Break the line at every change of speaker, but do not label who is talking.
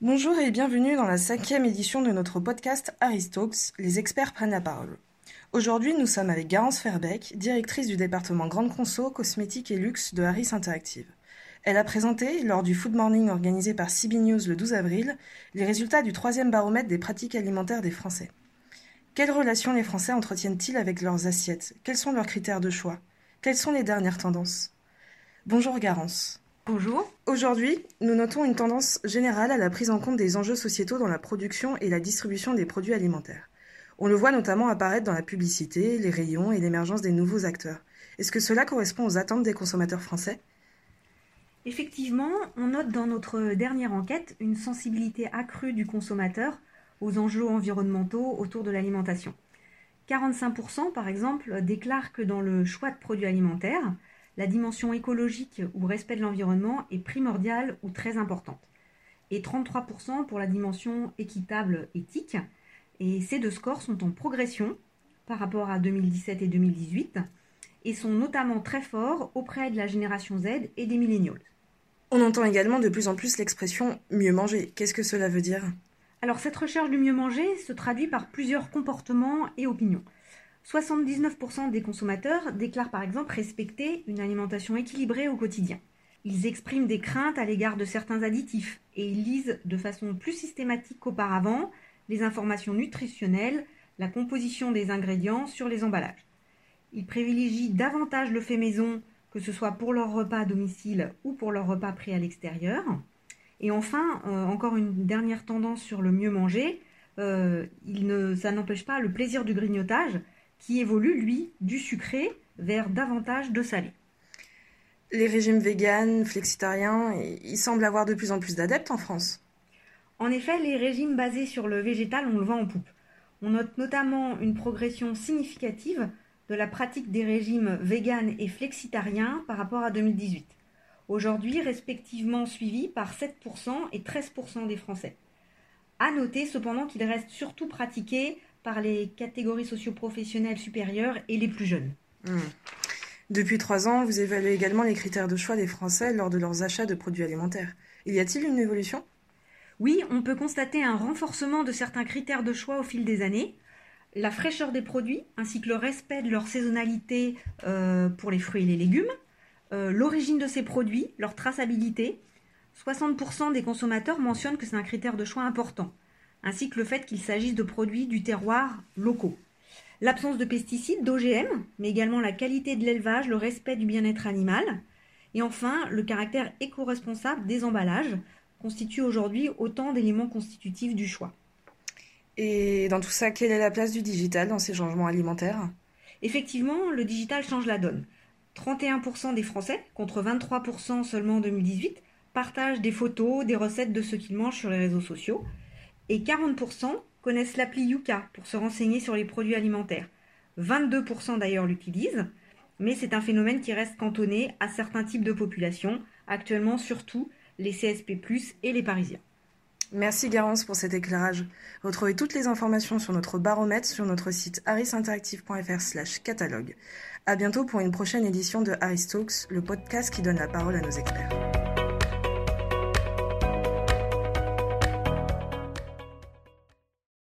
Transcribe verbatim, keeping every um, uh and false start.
Bonjour et bienvenue dans la cinquième édition de notre podcast Harris Talks, les experts prennent la parole. Aujourd'hui, nous sommes avec Garance Ferbeck, directrice du département Grande Conso, Cosmétiques et Luxe de Harris Interactive. Elle a présenté, lors du Food Morning organisé par C B News le douze avril, les résultats du troisième baromètre des pratiques alimentaires des Français. Quelles relations les Français entretiennent-ils avec leurs assiettes? Quels sont leurs critères de choix? Quelles sont les dernières tendances? Bonjour Garance.
Bonjour.
Aujourd'hui, nous notons une tendance générale à la prise en compte des enjeux sociétaux dans la production et la distribution des produits alimentaires. On le voit notamment apparaître dans la publicité, les rayons et l'émergence des nouveaux acteurs. Est-ce que cela correspond aux attentes des consommateurs français ?
Effectivement, on note dans notre dernière enquête une sensibilité accrue du consommateur aux enjeux environnementaux autour de l'alimentation. quarante-cinq pour cent, par exemple, déclarent que dans le choix de produits alimentaires, la dimension écologique ou respect de l'environnement est primordiale ou très importante. Et trente-trois pour cent pour la dimension équitable éthique. Et ces deux scores sont en progression par rapport à deux mille dix-sept et deux mille dix-huit et sont notamment très forts auprès de la génération Z et des millennials.
On entend également de plus en plus l'expression « mieux manger ». Qu'est-ce que cela veut dire ?
Alors cette recherche du mieux manger se traduit par plusieurs comportements et opinions. soixante-dix-neuf pour cent des consommateurs déclarent par exemple respecter une alimentation équilibrée au quotidien. Ils expriment des craintes à l'égard de certains additifs et ils lisent de façon plus systématique qu'auparavant les informations nutritionnelles, la composition des ingrédients sur les emballages. Ils privilégient davantage le fait maison, que ce soit pour leur repas à domicile ou pour leur repas pris à l'extérieur. Et enfin, euh, encore une dernière tendance sur le mieux manger, euh, il ne, ça n'empêche pas le plaisir du grignotage, qui évolue, lui, du sucré vers davantage de salé.
Les régimes véganes, flexitariens, ils semblent avoir de plus en plus d'adeptes en France.
En effet, les régimes basés sur le végétal ont le vent en poupe. On note notamment une progression significative de la pratique des régimes véganes et flexitariens par rapport à deux mille dix-huit. Aujourd'hui, respectivement suivis par sept pour cent et treize pour cent des Français. À noter cependant qu'ils restent surtout pratiqués par les catégories socio-professionnelles supérieures et les plus jeunes.
Mmh. Depuis trois ans, vous évaluez également les critères de choix des Français lors de leurs achats de produits alimentaires. Y a-t-il une évolution ?
Oui, on peut constater un renforcement de certains critères de choix au fil des années. La fraîcheur des produits, ainsi que le respect de leur saisonnalité euh, pour les fruits et les légumes, euh, l'origine de ces produits, leur traçabilité. soixante pour cent des consommateurs mentionnent que c'est un critère de choix important, ainsi que le fait qu'il s'agisse de produits du terroir locaux. L'absence de pesticides, d'O G M, mais également la qualité de l'élevage, le respect du bien-être animal. Et enfin, le caractère éco-responsable des emballages constitue aujourd'hui autant d'éléments constitutifs du choix.
Et dans tout ça, quelle est la place du digital dans ces changements alimentaires ?
Effectivement, le digital change la donne. trente et un pour cent des Français, contre vingt-trois pour cent seulement en deux mille dix-huit, partagent des photos, des recettes de ce qu'ils mangent sur les réseaux sociaux. Et quarante pour cent connaissent l'appli Yuka pour se renseigner sur les produits alimentaires. vingt-deux pour cent d'ailleurs l'utilisent, mais c'est un phénomène qui reste cantonné à certains types de populations, actuellement surtout les C S P plus, et les Parisiens.
Merci Garance pour cet éclairage. Retrouvez toutes les informations sur notre baromètre sur notre site harrisinteractive point f r slash catalogue. À bientôt pour une prochaine édition de Harris Talks, le podcast qui donne la parole à nos experts.